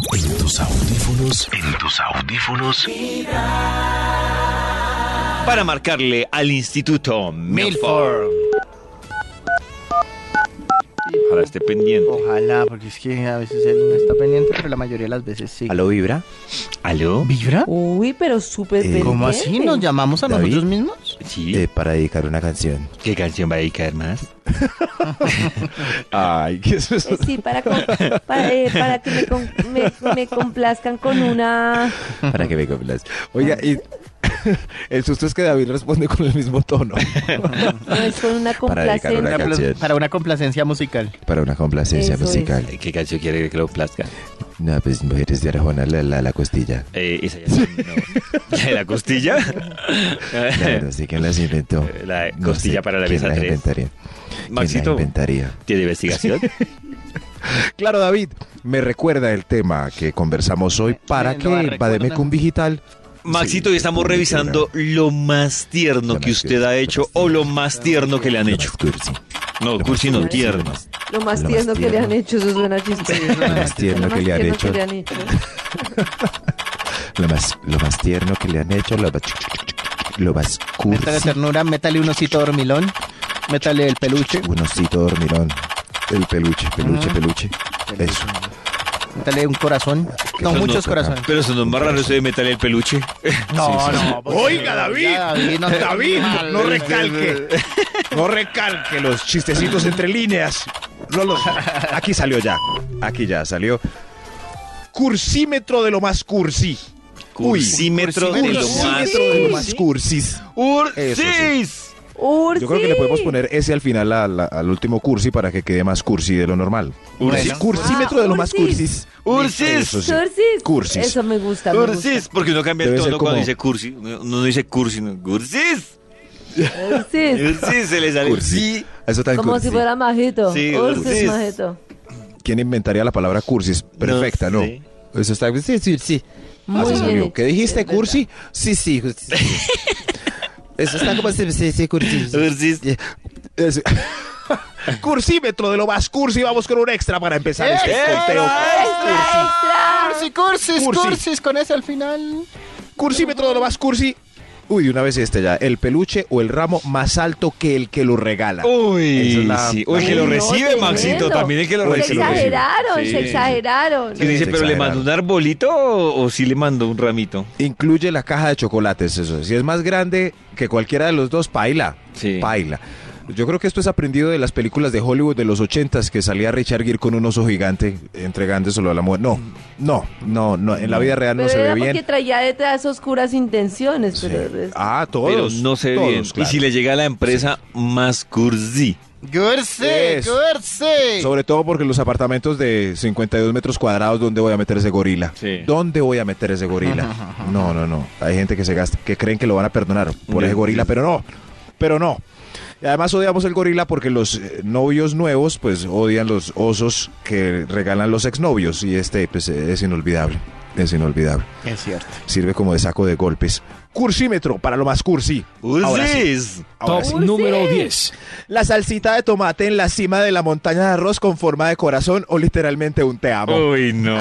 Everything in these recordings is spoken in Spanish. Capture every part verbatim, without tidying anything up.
En tus audífonos, en tus audífonos. Para marcarle al Instituto Milford. Ojalá esté pendiente. Ojalá, porque es que a veces él no está pendiente, pero la mayoría de las veces sí. ¿Aló, Vibra? ¿Aló? ¿Vibra? Uy, pero súper Eh, pendiente. ¿Cómo así? ¿Nos llamamos a David. nosotros mismos? Sí. Eh, para dedicar una canción. ¿Qué canción va a dedicar más? Ay, ¿qué es eso? Eh, Sí, para, con- para, eh, para que me, con- me, me complazcan con una... Para que me complazca. Oiga, y el susto es que David responde con el mismo tono. No, es con una Para dedicar una complacencia. Una pla- canción. para una complacencia musical. Para una complacencia Eso es. musical. ¿Qué canción quiere que lo plazca? No, pues mujeres de Arjona, la, la, la costilla. Eh, esa ya no. ¿La de la costilla? Claro, no sé quién las inventó. Eh, la No costilla sé para la quién mesa las tres. inventaría. Maxito. ¿Quién las inventaría? ¿Tiene investigación? Claro, David, me recuerda el tema que conversamos hoy para Sí, lo que recuerda. Bademecum Digital. Maxito, Sí, hoy estamos publique revisando lo más tierno Lo que más usted tierno, ha lo hecho más o lo tierno. más tierno que le han una- hecho. lo más cursi. No, Lo más cursi no, cursi, tierno. lo más- Lo más Lo más tierno que le tierno. han hecho, eso suena chistoso. Lo más tierno Lo que le han tierno hecho. que le han hecho. Lo más, lo más tierno que le han hecho, lo más, lo más Métale cursi. ternura, métale un osito dormilón, métale el peluche, Un osito dormirón. El peluche, peluche, Ajá. peluche. Eso. métale un corazón. No, Eso muchos no- corazones. Pero eso no es más raro, eso de meterle el peluche. No, no. Oiga, David, Ya, David, no, David, no recalque, no recalque los chistecitos entre líneas. No los, aquí salió ya, aquí ya salió. Cursímetro de lo más cursi. Uy, Cursímetro de lo más cursímetro de lo más cursis. Eso sí. ¡Ursis! Ursi. Yo creo que le podemos poner ese al final a la- al último cursi para que quede más cursi de lo normal. Ursis. Cursímetro Ah, de lo más cursis. cursis. ¡Ursis! Eso sí. Ursis. Cursis. Eso me gusta, me gusta. ¡Ursis! Porque uno cambia el Debe ser tono cuando como- dice cursi. Uno no dice cursi, no. ¡Ursis! Ursis. ¡Ursis! Se le sale. Cursi. Sí. Eso tan Como cursi. si fuera majito. Sí, Ursis, Ursis. majito. ¿Quién inventaría la palabra cursis? Perfecta, ¿no? sé. Eso está. Sí, sí, sí. Muy Así bien salió. hecho. ¿Qué dijiste, Es verdad. cursi? Sí, sí. sí. Eso está como. Sí, sí, sí, cursi. Ursis. Es- Cursímetro de lo más cursi. Vamos con un extra para empezar este ¡Extra! conteo. Extra, Cursi, cursis, Cursi. cursis, con ese al final. Cursímetro de lo más cursi. Uy, de una vez este ya. El peluche o el ramo más alto que el que lo regala. Uy, Esa es la- sí. O el que Uy, lo no, recibe, tremendo. Maxito. También el que lo O el Se que lo recibe. recibe. exageraron, Sí. se exageraron. Que dice, Se pero le exageraron. mandó un arbolito o, o sí le mandó un ramito. Incluye la caja de chocolates, eso. Si es más grande que cualquiera de los dos, paila. Sí. Paila. Yo creo que esto es aprendido de las películas de Hollywood de los ochentas, que salía Richard Gere con un oso gigante entregándoselo a la mujer. No, no, no, no. En la vida real no Pero se ve era bien. porque traía detrás oscuras intenciones. Sí. Pero es- Ah, todos. Pero no se ve todos, bien. claro. Y si le llega a la empresa, más cursi. Cursi, Eso. cursi. Sobre todo porque los apartamentos de cincuenta y dos metros cuadrados, ¿dónde voy a meter ese gorila? Sí. ¿Dónde voy a meter ese gorila? No, no, no. Hay gente que se gasta, que creen que lo van a perdonar por Sí, ese gorila, sí. pero no, pero no. Y además odiamos el gorila porque los eh, novios nuevos, pues odian los osos que regalan los exnovios y este, pues eh, es inolvidable, es inolvidable. Es cierto. Sirve como de saco de golpes. Cursímetro para lo más cursi. Ahora sí. ¡Ursis! Ahora Top sí. número diez. La salsita de tomate en la cima de la montaña de arroz con forma de corazón o literalmente un te amo. Uy, no.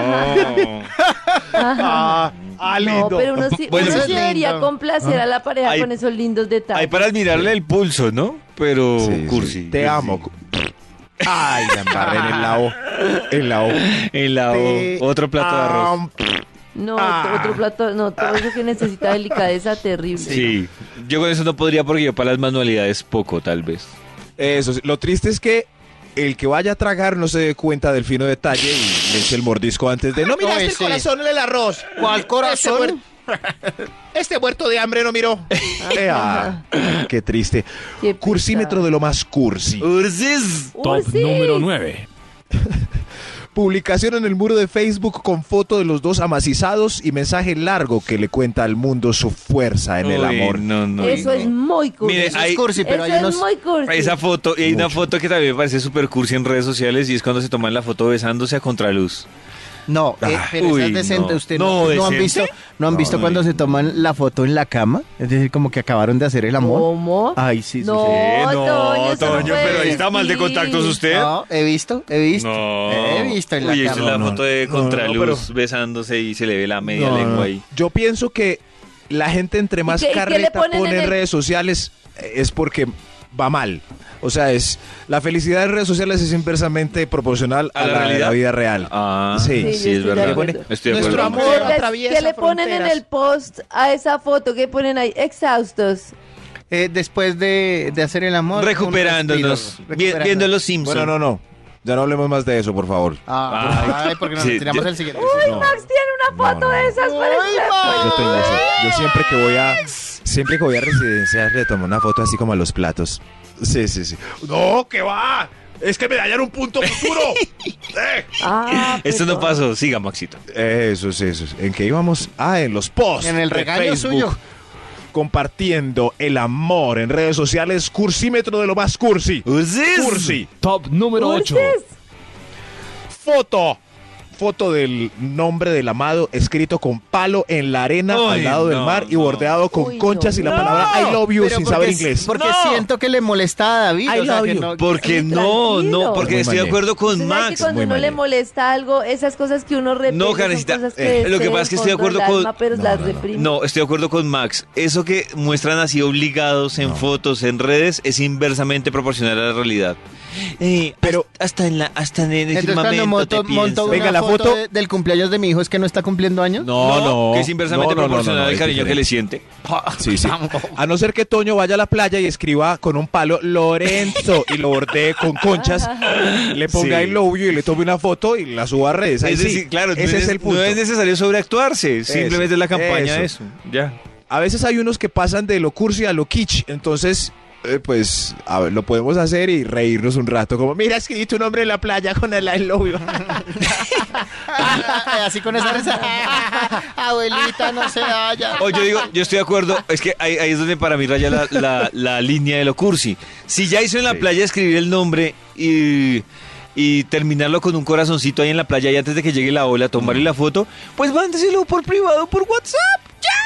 Ah, ah, No, lindo. pero uno sí, Bueno, uno eso sí es debería lindo. complacer a la pareja Hay- con esos lindos detalles. Hay para admirarle el pulso, ¿no? Pero Sí, sí. cursi. Te amo. Ay, la embarré en la O. En la O. En la O, Te otro plato de arroz. amo. No, Ah. otro plato, no, todo eso que necesita delicadeza terrible. Sí. Yo con eso no podría porque yo para las manualidades poco, tal vez. Eso, sí. Lo triste es que el que vaya a tragar no se dé cuenta del fino detalle y le eche el mordisco antes de... No miraste Uy, el sí. corazón en el arroz. ¿Cuál corazón? Este muerto de hambre no miró. Eh, ah, qué triste. Qué Cursímetro pesado. de lo más cursi. ¡Ursis! Top Ursis. número nueve. Publicación en el muro de Facebook con foto de los dos amacizados y mensaje largo que le cuenta al mundo su fuerza en el Uy, amor. No, no. Eso no. es muy cursi. Mire, Eso hay- es cursi, pero Eso hay es unos... muy cursi. Esa foto, y hay una Mucho. foto que también me parece súper cursi en redes sociales y es cuando se toman la foto besándose a contraluz. No, eh, Ah, pero uy, esa es decente. no. Usted No, no, no han ¿decente? visto, no han No, visto no, cuando no. se toman la foto en la cama, es decir, como que acabaron de hacer el amor. ¿Cómo? Ay, sí, sí, No, sí. Eh, no, Toño, eso no Toño, puede pero ahí está mal de decir. contactos usted. No, he visto, he visto, No. he visto en la Uy, esa cama. es la No, no, foto de no, no, contraluz pero- besándose y se le ve la media No, lengua no. ahí. Yo pienso que la gente entre más qué- y qué le carreta ponen pone en en el- redes sociales eh, es porque va mal. O sea, es la felicidad en redes sociales es inversamente proporcional a, ¿A la la, de realidad? la vida real. Ah, Sí. sí, Sí, yo es estoy de verdad. acuerdo. Estoy de Nuestro acuerdo. amor ¿Qué les- atraviesa ¿Qué le ponen en fronteras. el post a esa foto? ¿Qué ponen ahí? Exhaustos. Eh, después de, de hacer el amor. un Recuperándonos, respiro, vi- recuperándonos. viendo los Simpsons. Bueno, no, no. Ya no hablemos más de eso, por favor. Ah, ay, porque nos Sí, tiramos yo- el siguiente. No. Max tiene una No, foto no, de no. esas. parece- Yo tengo eso. Yo siempre que voy a siempre que voy a residencias le tomo una foto así como a los platos. Sí, sí, sí. No, que va. Es que me dañan un punto futuro. Eh. Ah, Esto no perdón. pasó. Siga, Maxito. Eso sí, eso. sí. ¿En qué íbamos? Ah, en los posts. En el de regaño Facebook, suyo. Compartiendo el amor en redes sociales. Cursímetro de lo más cursi. Cursi. Top número ocho. Dulces. Foto. Foto del nombre del amado escrito con palo en la arena Uy, al lado del no, mar y no. bordeado con Uy, conchas no. y la No. palabra I love you Pero sin porque- saber inglés. Porque No. siento que le molesta a David. I o sea, love que you. no- Porque Sí, no, tranquilo. no, porque Muy estoy de mañé. acuerdo con Usted sabe Max. que cuando muy uno le mañé. molesta algo, esas cosas que uno reprime No, son Karencita, cosas eh, que lo que se pasa es que estoy de contra el acuerdo con- alma, pero No, las no, no. reprime. No, estoy de acuerdo con Max. Eso que muestran así obligados en fotos, en redes, es inversamente proporcional a la realidad. Eh, Pero- hasta en la, hasta en el Entonces cuando firmamento monto, te monto piensan. una Venga, la foto, foto- de- del cumpleaños de mi hijo es que no está cumpliendo años. No, no. que es inversamente No, no, no, proporcional no, no, al es cariño que le diferente. siente. Sí, sí. A no ser que Toño vaya a la playa y escriba con un palo Lorenzo y lo bordee con conchas, le ponga Sí. el love you y le tome una foto y la suba a redes. Ahí Es sí, decir, claro, no ese es, es el punto. no es necesario sobreactuarse, simplemente es la campaña de eso. eso. Ya. A veces hay unos que pasan de lo cursi a lo kitsch, entonces, eh, pues, a ver, lo podemos hacer y reírnos un rato, como, mira, escribí tu nombre en la playa con el I love you. Así con esa risa. Abuelita, no se vaya. O yo digo, yo estoy de acuerdo, es que ahí, ahí es donde para mí raya la, la- la línea de lo cursi. Si ya hizo en la Sí. playa escribir el nombre y, y terminarlo con un corazoncito ahí en la playa y antes de que llegue la ola, tomarle Mm. la foto, pues mándeselo por privado, por WhatsApp.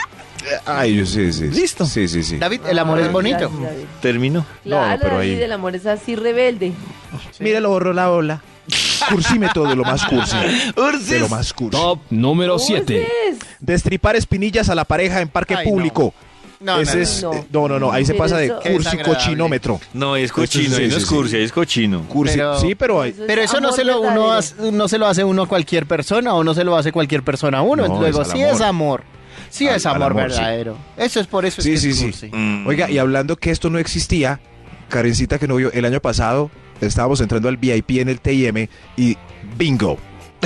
Ay, yo sí, sí. Listo. Sí, sí, sí. David, el amor es bonito. Gracias, David. Terminó. Claro, No, pero ahí- David, el amor es así rebelde. Mira, lo borró la ola. Cursímetro de lo más cursi. De lo más cursi. Top número siete. Dulces. Destripar espinillas a la pareja en parque Ay, no. público. No, Ese no, es, no. eh, no, no, no, ahí se Pero pasa de eso- Qué cursi desagradable. cochinómetro. No, es cochino, sí, ahí no sí, es sí. cursi, ahí es cochino. Cursi, Pero- sí, pero hay- Eso es Pero eso no amor se lo uno verdadero. hace, no se lo hace uno a cualquier persona o no se lo hace cualquier persona a uno. No, Luego es al sí amor. es amor. Sí Al- es al amor, amor, sí. verdadero. Eso es por eso. es Sí, que sí, es sí. cursi. Mm. Oiga, y hablando que esto no existía, Karencita que no vio, el año pasado estábamos entrando al V I P en el T I M y bingo.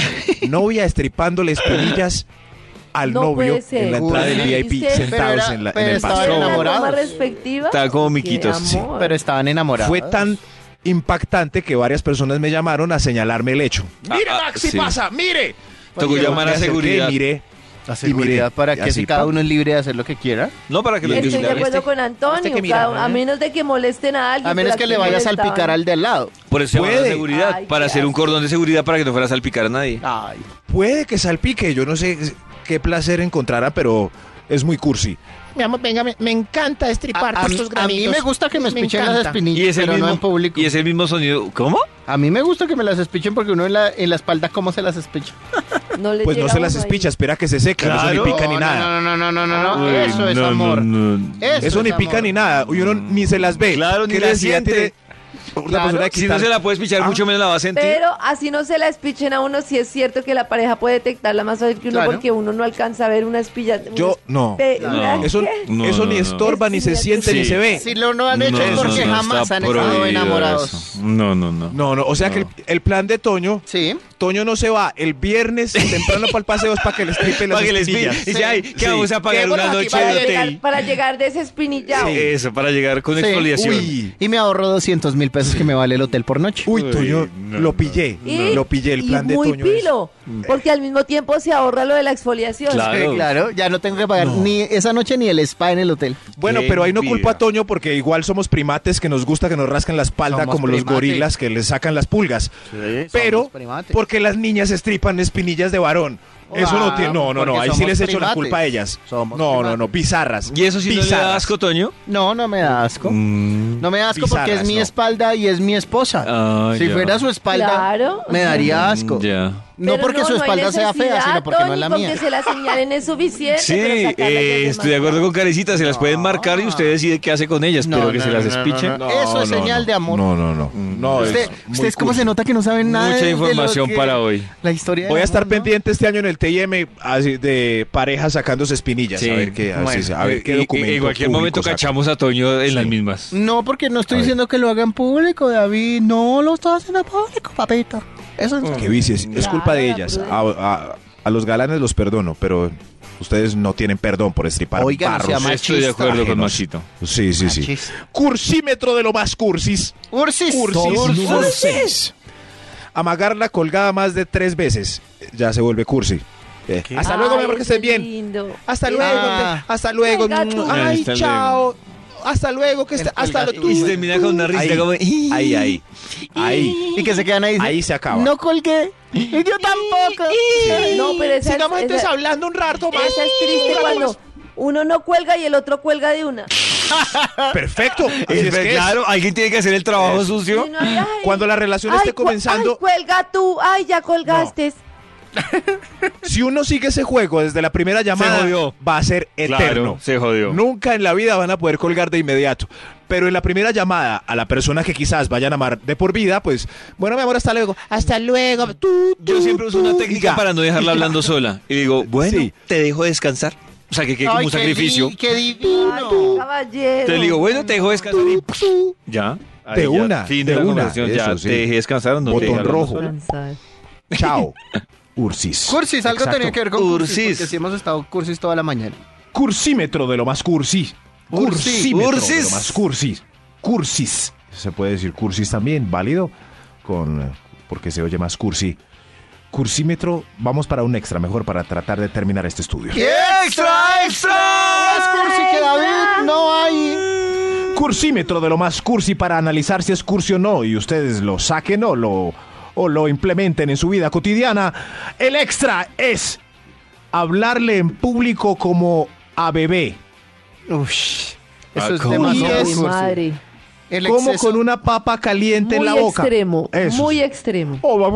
Novia estripándole espinillas al No novio puede ser. en la entrada del Uy. V I P ¿Y usted? sentados Pero era- en, la, en pero el estaban pasillo. ¿Tiene una enamorados. toma respectiva? Tal como Qué miquitos, sí. amor. Pero estaban enamorados. Fue tan impactante que varias personas me llamaron a señalarme el hecho. Mire, Ah, ah, Max, si sí. pasa, mire. Tocó Porque llamar Me a acerqué, seguridad. miré, La y seguridad miré, para y que así, si cada pa. uno es libre de hacer lo que quiera. No, para que lo Estoy de vigilen. acuerdo con Antonio, este que mira, cada- a ¿eh? menos de que molesten a alguien. A menos pero que aquí le vaya a molestaban. salpicar al de al lado. Por eso llamaron a Puede. seguridad, Ay, para qué hacer un asco. cordón de seguridad para que no fuera a salpicar a nadie. Ay. Puede que salpique, yo no sé qué placer encontrara, pero es muy cursi. Mi amor, venga, me, me encanta A, estripar a- por estos a mí granitos. me gusta que me espichen las encanta. espinillas, Y es el pero mismo, no en público. y es el mismo sonido. ¿Cómo? A mí me gusta que me las espichen porque uno en la, en la espalda, ¿cómo se las espicha? No le Pues no llega se las uno ahí. espicha, espera que se seca, no Claro. eso ni pica ni No, nada. No, no, no, no, no, no, no. Uy, Eso es no, amor. no, no. Eso, Eso es ni pica amor. ni nada, y uno ni se las ve. Claro, ni ¿Qué la necesidad siente. tiene una Claro. persona de Si no quitar- se la puedes pichar, Ah. mucho menos la va a sentir. Pero así no se la espichen a uno, si es cierto que la pareja puede detectarla más fácil que uno Claro. porque uno no alcanza a ver una espilla. una Yo, no. espe- No. una- Eso, ¿qué? No, eso no, ni no. estorba, ni se Sí. siente, ni Sí. se ve. Si lo no han hecho No, es no, porque no, jamás está han estado prohibido enamorados. eso. No, no, no. No, no, o sea No. que el, el plan de Toño, Sí. Toño no se va el viernes temprano para el paseo es para que le estripe las Para que les espinillas. pi- Dice, ay, que Sí. vamos a pagar Quedémonos una aquí noche para de Para llegar, hotel. para llegar de ese espinillado. Eso, para llegar con Sí. exfoliación. Uy. Y me ahorro doscientos mil pesos pesos que me vale el hotel por noche. Uy, Toño, no, lo no. pillé. Y- Lo pillé, el y plan de muy Toño. es- pilo, porque al mismo tiempo se ahorra lo de la exfoliación. Claro. Sí, claro, ya no tengo que pagar ni esa noche ni el spa en el hotel. Bueno, Qué pero ahí no envidia. culpo a Toño porque igual somos primates que nos gusta que nos rasquen la espalda Somos como los primates. gorilas que les sacan las pulgas. Pero porque las niñas estripan espinillas de varón. Eso no Ah, tiene. No, no, no. porque Ahí sí somos les echo la primates. culpa a ellas. Somos no, no, primates. no. Bizarras. ¿Y eso sí no le da Bizarras. asco, Toño? No, no me da asco. Mm. No me da asco porque es Bizarras, mi no. espalda y es mi esposa. Ah, si ya. fuera su espalda, Claro. me daría asco. Ya. No Pero porque su no hay espalda sea fea, necesidad, sino porque no es Tony, la con mía. que se la señalen es suficiente. Sí, pero sacarlas eh, es estoy de acuerdo con Carecita, se las pueden marcar y usted decide qué hace con ellas, No, pero que no, se las no, no, despichen. no, no. Eso es señal de amor. No, no, no. No, Usted, es muy ¿Ustedes cómo cursi. se nota que no saben nada? Mucha de- de lo información que- para hoy. La historia del Voy a estar amor, ¿no? pendiente este año en el T I M así, de parejas sacándose espinillas. Sí. A ver qué, a ver Bueno, si- a ver qué Y- y- documento en cualquier público momento saca. cachamos a Toño en las Sí. mismas. No, porque no estoy A ver. diciendo que lo hagan público, David. No lo estoy haciendo público, papito. Eso es... Qué vicios. Es Claro, culpa de la ellas. prudencia. A, a- a los galanes los perdono, pero ustedes no tienen perdón por estripar Oiga, no sea barros. machista. Estoy de acuerdo con ajenos. Machito. Sí, sí, sí. Machista. Cursímetro de lo más cursis. Ursis. Cursis. Top número seis. Amagarla colgada más de tres veces. Ya se vuelve cursi. Eh, Hasta Ay, luego, mi amor, que eso estés es bien. lindo. Hasta Sí. luego, Ah. te- hasta luego. Venga, tú. Ay, Hasta chao. Hasta luego, que El está, hasta lo colgativo. Y se tú. termina con una risa Ahí, como... ahí, ahí. Ahí. Y que se quedan ahí. Ahí se acaba. No colgué. Y yo tampoco. No, pero esa, Sigamos es, entonces esa, hablando un rato más. esa es triste cuando uno no cuelga y el otro cuelga de una. Perfecto. Así Es es que es. claro, alguien tiene que hacer el trabajo Y sucio. uno, ay, Cuando la relación ay, esté cu- comenzando, Ay, cuelga tú. Ay, ya colgaste. si uno sigue ese juego desde la primera llamada, jodió. va a ser eterno. Claro, se jodió. Nunca en la vida van a poder colgar de inmediato. Pero en la primera llamada a la persona que quizás vayan a amar de por vida, pues, bueno, mi amor, hasta luego. Hasta luego. Tú, Yo tú, siempre uso una tú, técnica ya. para no dejarla hablando sola. Y digo, bueno, Sí. te dejo descansar. O sea, que quede como Ay, un qué sacrificio. di- Qué Ay, divino. caballero. Entonces le digo, bueno, te dejo descansar y ya. Ahí De ya, una, fin de la una, conversación, ya eso sí. te dejé descansar o no te Botón dejé hablando rojo. sola. Cansada. Chao. Ursis. Cursis, algo Exacto. tenía que ver con cursis. Cursis. Porque sí hemos estado cursis toda la mañana. Cursímetro de lo más cursi. Cursímetro Ursis. de lo más cursi. Cursis. Se puede decir cursis también, válido, con eh, porque se oye más cursi. Cursímetro, vamos para un extra, mejor para tratar de terminar este estudio. ¡Extra, extra! Más cursi que David no hay. Cursímetro de lo más cursi para analizar si es cursi o no y ustedes lo saquen o lo, o lo implementen en su vida cotidiana. El extra es hablarle en público como a bebé. Ush. Ah, Eso es ¿cómo? demasiado Uy, Uy, cursi. madre. El Como exceso- con una papa caliente en Muy la boca. extremo. Eso. Muy extremo.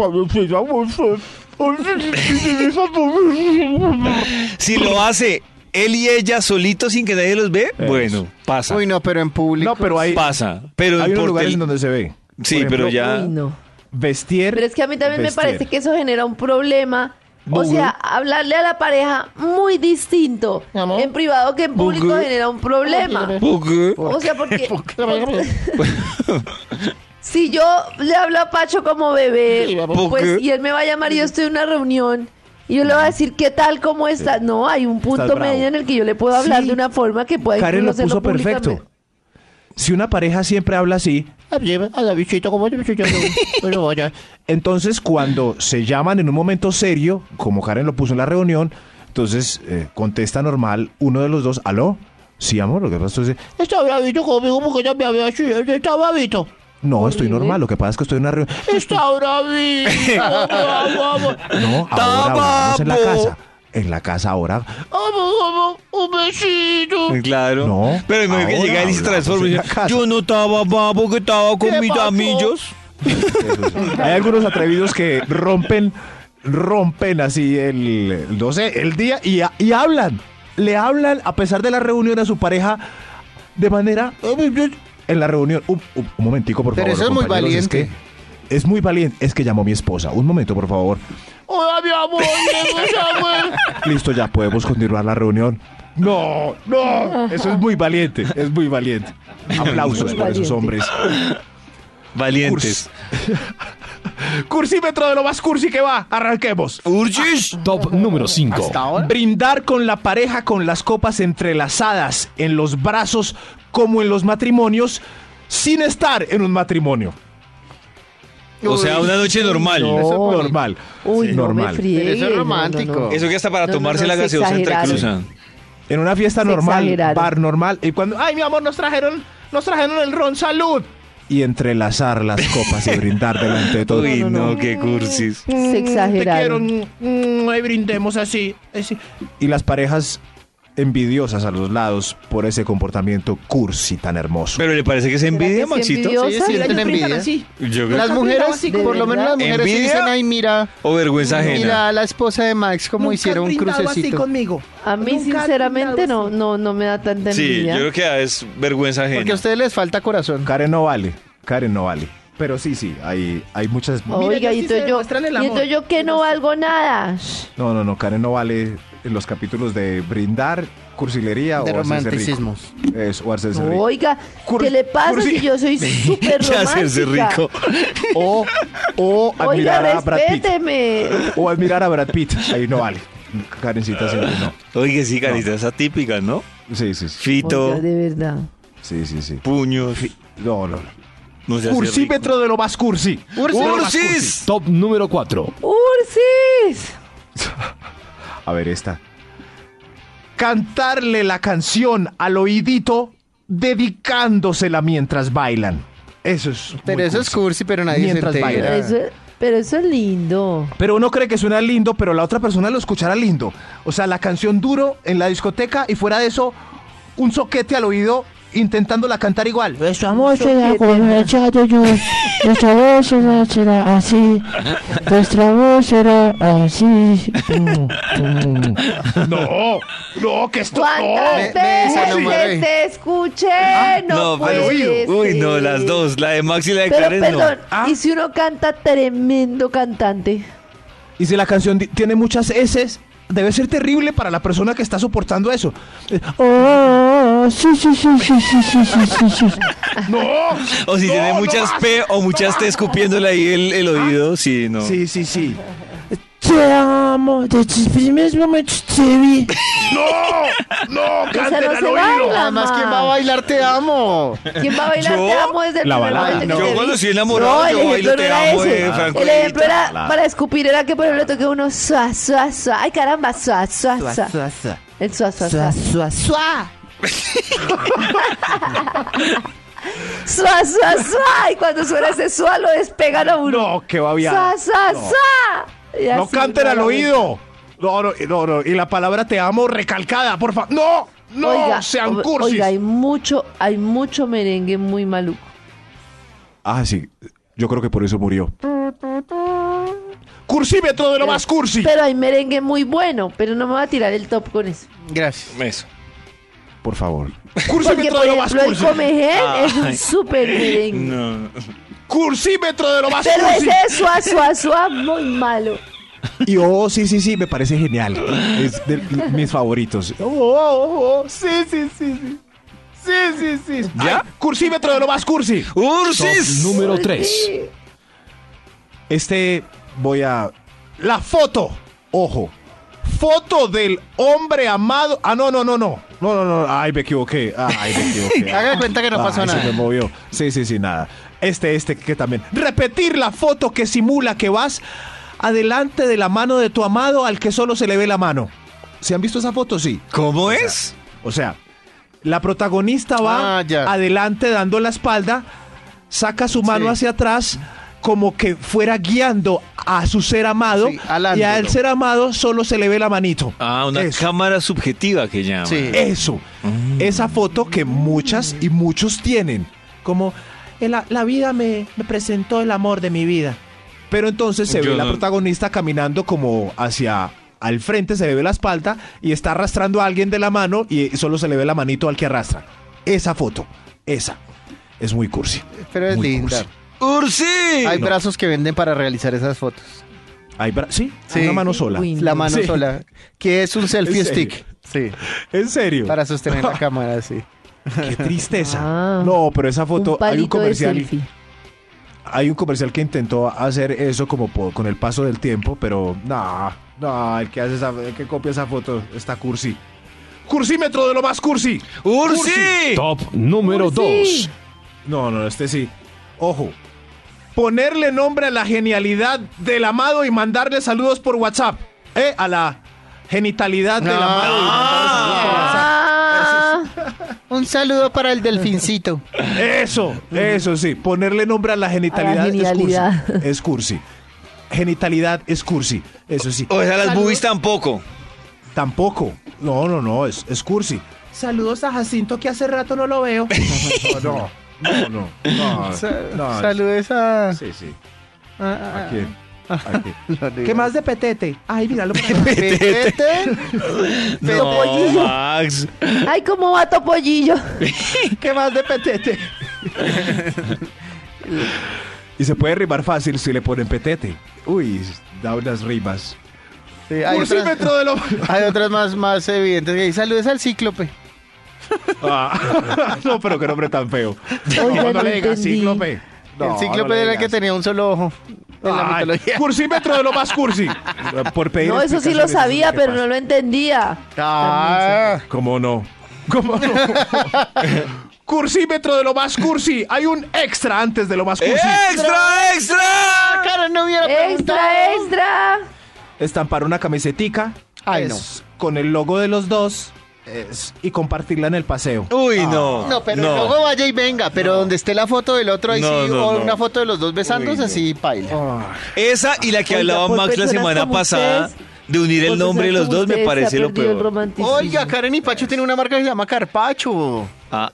Si lo hace él y ella solito sin que nadie los ve, Eso. bueno, pasa. Uy, no, pero en público. No, pero hay, Pasa. Pero hay unos por lugares tel- en donde se ve. Sí, Por pero ejemplo, ya. Uy, no. Vestier. Pero es que a mí también me Vestier. parece que eso genera un problema. O Google. sea, hablarle a la pareja muy distinto Amor. en privado que en público Google. genera un problema. ¿Por qué? O sea, porque si yo le hablo a Pacho como bebé, ¿Por pues qué? y él me va a llamar y yo estoy en una reunión y yo le voy a decir qué tal, cómo estás. No, hay un punto Estás bravo. medio en el que yo le puedo hablar Sí. de una forma que pueda Karen lo incluso hacerlo puso perfecto. públicamente. Si una pareja siempre habla así, entonces cuando se llaman en un momento serio, como Karen lo puso en la reunión, entonces eh, contesta normal uno de los dos, ¿aló? Sí, amor, lo que pasa es que... Está bravito conmigo porque ya me había hecho. Está bravito. No, estoy Horrible. normal, lo que pasa es que estoy en una reunión. Está bravito. Vamos, vamos. No, ahora hablamos en la casa. En la casa ahora. Vamos, vamos. Un besito. Claro. No, Pero imagino que ahora llega él y se hablamos transforma y en la dice, casa. yo no estaba babo que estaba con ¿Qué mis pasó? amigos. Eso sí. Hay algunos atrevidos que rompen, rompen así el, no sé, el día y, y hablan. Le hablan a pesar de la reunión a su pareja de manera en la reunión. Un, un- un momentico, por Pero favor. eso es muy compañeros, valiente. Es, que es muy valiente. Es que llamó mi esposa. Un momento, por favor. Hola, mi amor. Llegamos, Listo, ya podemos continuar la reunión. No, no. Eso es muy valiente. Es muy valiente. Aplausos Muy para esos valiente. hombres. Valientes. Cursímetro de lo más cursi que va. Arranquemos. Urchis. Top número cinco. ¿Hasta ahora? Brindar con la pareja con las copas entrelazadas en los brazos como en los matrimonios sin estar en un matrimonio. O sea, una noche normal. No, Eso es bonito. normal. Uy, no me normal. friegues. Pero eso es no, no, romántico. no. Eso que hasta para No, no, tomarse no, la se gaseosa exageraron. entrecruzan. En una fiesta Se normal, exageraron. bar normal, y cuando, ay, mi amor, nos trajeron, nos trajeron el ron salud. Y entrelazar las copas y brindar delante de todo. Uy, no, no, no. qué cursis. Se exageraron. Te quiero, mm, mm, y brindemos así, así. Y las parejas envidiosas a los lados por ese comportamiento cursi tan hermoso. Pero le parece que se envidia, ¿Será que sí Maxito. envidiosa? Sí, sienten envidia. Yo creo Las mujeres, ¿De por lo menos las verdad? mujeres sí ¿Envidia? dicen, ay, mira, o vergüenza ajena. mira a la esposa de Max como hicieron un crucecito. conmigo. A mí, sinceramente, no, no, no me da tanta Sí, envidia. yo creo que es vergüenza ajena. Porque a ustedes les falta corazón. Karen no vale, Karen no vale. Pero sí, sí, hay, hay muchas... Oiga, y entonces yo, y entonces yo que no valgo nada. No, no, no, Karen no vale en los capítulos de brindar, cursilería De o hacerse rico. romanticismos. Eso, o hacerse rico. Oiga, Cur- ¿qué le pasa cursi- si yo soy súper Que hacerse romántica? rico. O, o Oiga, admirar a Brad Pitt. respéteme. O admirar a Brad Pitt. Ahí no vale. Karencita siempre no. Oye, sí, carita, esa típica, ¿no? Sí, sí, sí. Fito, Oiga, de verdad. Sí, sí, sí. puños. No, no, no. No se hace rico. Cursímetro de lo más cursi. ¡Ursis! Top número cuatro. ¡Ursis! A ver, esta. Cantarle la canción al oídito dedicándosela mientras bailan. Eso es. Pero muy eso es cursi. cursi, pero nadie Mientras se baila. entera. Eso, pero eso es lindo. Pero uno cree que suena lindo, pero la otra persona lo escuchará lindo. O sea, la canción duro en la discoteca y fuera de eso, un soquete al oído intentándola cantar igual. Pues, Nuestro amor será como el chato yo, nuestra voz será, será así, nuestra voz será así. Mm, mm. No, no, que esto ¿Cuántas Me- me veces desenamoré. te escuché? no, No, pero puede uy, no, ser. las dos, la de Max y la de Pero Karen, perdón, Ah. ¿y si uno canta tremendo cantante? Y si la canción di- tiene muchas S, debe ser terrible para la persona que está soportando eso. Eh, Oh, sí, sí, sí, sí, sí, sí, sí, sí, sí. No, no. O si No, tiene no muchas más, P o muchas T escupiéndole ahí el, el oído, sí, no. sí, sí, sí. Te amo, de tus primeros momentos te vi. No, no, Esa canten no al se oído. baila. Además, ¿quién va a bailar Te Amo? ¿Quién va a bailar ¿Yo? Te amo desde el La primer balada. momento que Yo te cuando vi? estoy enamorado, No, el yo ejemplo bailo no Te era amo ese. de Franco El De ejemplo Vita. era Balada. para escupir, era que por ejemplo toque uno suá, suá, suá. Ay, caramba, suá, suá, suá. El suá, suá, suá. Suá, suá. Suá, suá, suá. Y cuando suena ese suá, lo despegan a uno. No, qué babia. Suá, suá, No. suá. Y No así, canten al raramente. oído. No, no, no, no. Y la palabra te amo recalcada, por favor. No, no, Oiga, sean o- cursis. oiga, hay mucho, hay mucho merengue muy maluco. Ah, sí. Yo creo que por eso murió. Cursímetro de lo más cursi. Pero hay merengue muy bueno, pero no me va a tirar el top con eso. Gracias. Eso. Por favor. Porque, Cursímetro por de lo más ejemplo, el cursi. comején es Ay. un súper merengue. No. Cursímetro de lo más Pero cursi. ese suá, suá, suá, muy malo. Y oh, sí, sí, sí, me parece genial. Es de mis favoritos. Oh, oh, oh, sí, sí, sí, sí. Sí, sí, sí. ¿Ya? Ay, cursímetro de lo más cursi. Top ¡Ursis! número tres. Sí. Este voy a... La foto. Ojo. Foto del hombre amado. Ah, no, no, no, no. No, no, no. Ay, me equivoqué. Ay, me equivoqué. Haga cuenta que no pasó Ay, nada. Se me movió. Sí, sí, sí, nada. Este, este, que también. Repetir la foto que simula que vas adelante de la mano de tu amado al que solo se le ve la mano. ¿Se han visto esa foto? Sí. ¿Cómo es? O sea, la protagonista va Ah, ya. adelante dando la espalda, saca su mano Sí. hacia atrás como que fuera guiando a su ser amado Sí, alándolo. y al ser amado solo se le ve la manito. Ah, una Eso. cámara subjetiva que llaman. Sí. Eso. Esa foto que muchas y muchos tienen. Como "El- la vida me, me presentó el amor de mi vida. Pero entonces se Yo ve la no. protagonista caminando como hacia al frente, se le ve la espalda y está arrastrando a alguien de la mano y solo se le ve la manito al que arrastra. Esa foto, esa, es muy cursi. Pero es Muy linda. cursi. ¡Ursi! Hay No. brazos que venden para realizar esas fotos. Hay bra- ¿Sí? Sí. Una mano sola. Uy, La mano Sí. sola. Que es un selfie ¿En serio? stick. Sí. ¿En serio? Para sostener la cámara, sí. Qué tristeza. Ah. No, pero esa foto, un hay un palito de comercial. selfie. Hay un comercial que intentó hacer eso como po- con el paso del tiempo, pero no, no, el que hace esa, el que copia esa foto está cursi. Cursímetro de lo más cursi. ¡Ursi! Top número Ursi. dos. No, no, este sí. Ojo. Ponerle nombre a la genialidad del amado y mandarle saludos por WhatsApp. ¿Eh? A la genitalidad del No. amado y mandarle saludos por WhatsApp. Ah, Un saludo para el delfincito. Eso, eso sí. Ponerle nombre a la genitalidad, A la genialidad. es cursi. Es cursi. Genitalidad es cursi. Eso sí. O sea, las boobies tampoco. Tampoco. No, no, no, es, es cursi. Saludos a Jacinto que hace rato no lo veo. No, no, no, no. Sa- no, Saludos a... Sí, sí. a- ¿A quién? ¿A quién? ¿Qué más de petete? Ay, míralo. ¿Petete? No, pollillo. Max. ay, cómo va Topollillo. ¿Qué más de petete? Y se puede rimar fácil si le ponen petete. Uy, da unas rimas. Sí, hay, otras, Cursímetro de lo... hay otras más, más evidentes. que hay. Saludos al cíclope. Ah, no, pero qué nombre tan feo. Oiga, no, no le digas entendí. cíclope. No, el cíclope no le era el que digas. tenía un solo ojo en la Ay, mitología. Cursímetro de lo más cursi. Por pedir No, eso sí lo explicaciones, sabía, ¿qué pero pasa? no lo entendía. Ah, ¿Cómo no? ¿Cómo no? Cursímetro de lo más cursi. Hay un extra antes de lo más cursi. ¡Extra, extra! cara, no hubiera preguntado. Extra, extra. Estampar una camisetica. Ay, es con el logo de los dos. Es, y compartirla en el paseo. Uy, no. No, pero luego vaya y venga, pero donde esté la foto del otro ahí No, sí, no, o no. una foto de los dos besándose, Uy, no. así paila. Esa y la que Oiga, hablaba por Max la personas semana como pasada ustedes, de unir el Por nombre de personas los como dos me ustedes, se ha parece lo perdido el peor. romanticismo. Oiga, Karen y Pacho tiene una marca que se llama Carpacho. Ah.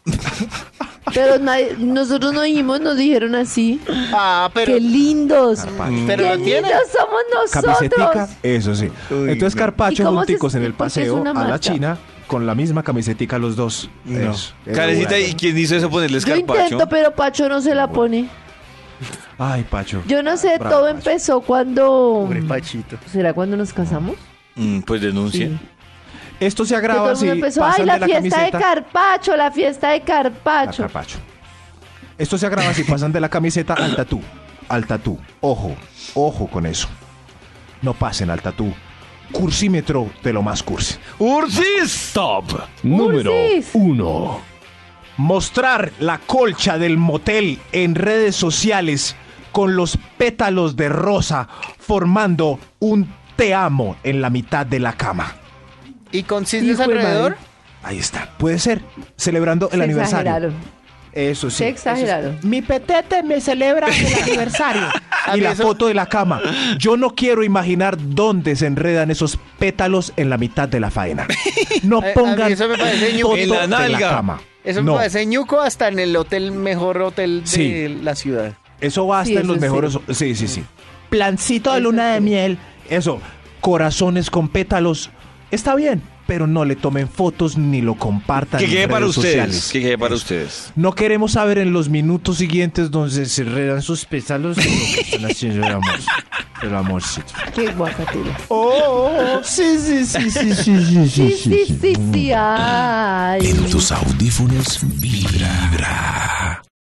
Pero nadie- nosotros no dijimos, nos dijeron así. Ah, pero, ¡Qué lindos! pero ¡Qué lo tiene. lindos somos Camisetica, nosotros! eso sí. Uy, Entonces no. Carpacho ¿Y cómo se- junticos en el por qué es paseo una a la marca? China con la misma camisetica los dos. No. Eso. Carecita, ¿y quién hizo eso ponerles Yo carpacho? intento, pero Pacho no se la pone. Ay, Pacho. Yo no sé, Bravo, todo Pacho. empezó cuando... Pobre Pachito. ¿Será cuando nos casamos? Mm, pues denuncia. Sí. Esto se Que todo agrava el si mundo empezó, pasan ¡ay, la, de la fiesta camiseta. de Carpacho, la fiesta de a Carpacho! Carpacho. Esto se agrava si pasan de la camiseta al tatú. Al tatú. Ojo, ojo con eso. No pasen al tatú. Cursímetro de lo más cursi. ¡Ursis! Top número Ursis. uno. Mostrar la colcha del motel en redes sociales con los pétalos de rosa formando un te amo en la mitad de la cama. ¿Y con cisnes Hijo de alrededor? madre. Ahí está. Puede ser. Celebrando el Se aniversario. exageraron. Eso sí. Se exageraron. Mi petete me celebra el aniversario. A Y mí la eso- foto de la cama. Yo no quiero imaginar dónde se enredan esos pétalos en la mitad de la faena. No A- a mí pongan eso me parece ñuco. foto En la de nalga. la cama. Eso no, me parece ñuco hasta en el hotel, mejor hotel de Sí. la ciudad. eso va hasta Sí, en los eso mejores. sí. Sí, sí, sí. Plancito de Eso luna de sí. miel. Eso. Corazones con pétalos. Está bien, pero no le tomen fotos ni lo compartan Que en quede para redes ustedes. sociales. Que quede para Eso. ustedes. No queremos saber en los minutos siguientes donde se enredan sus pétalos lo que están haciendo el amor. El amorcito. ¡Qué guacatela! Oh, sí, sí, sí, sí, sí, Sí, sí, sí, sí, sí, ay. En tus audífonos vibra.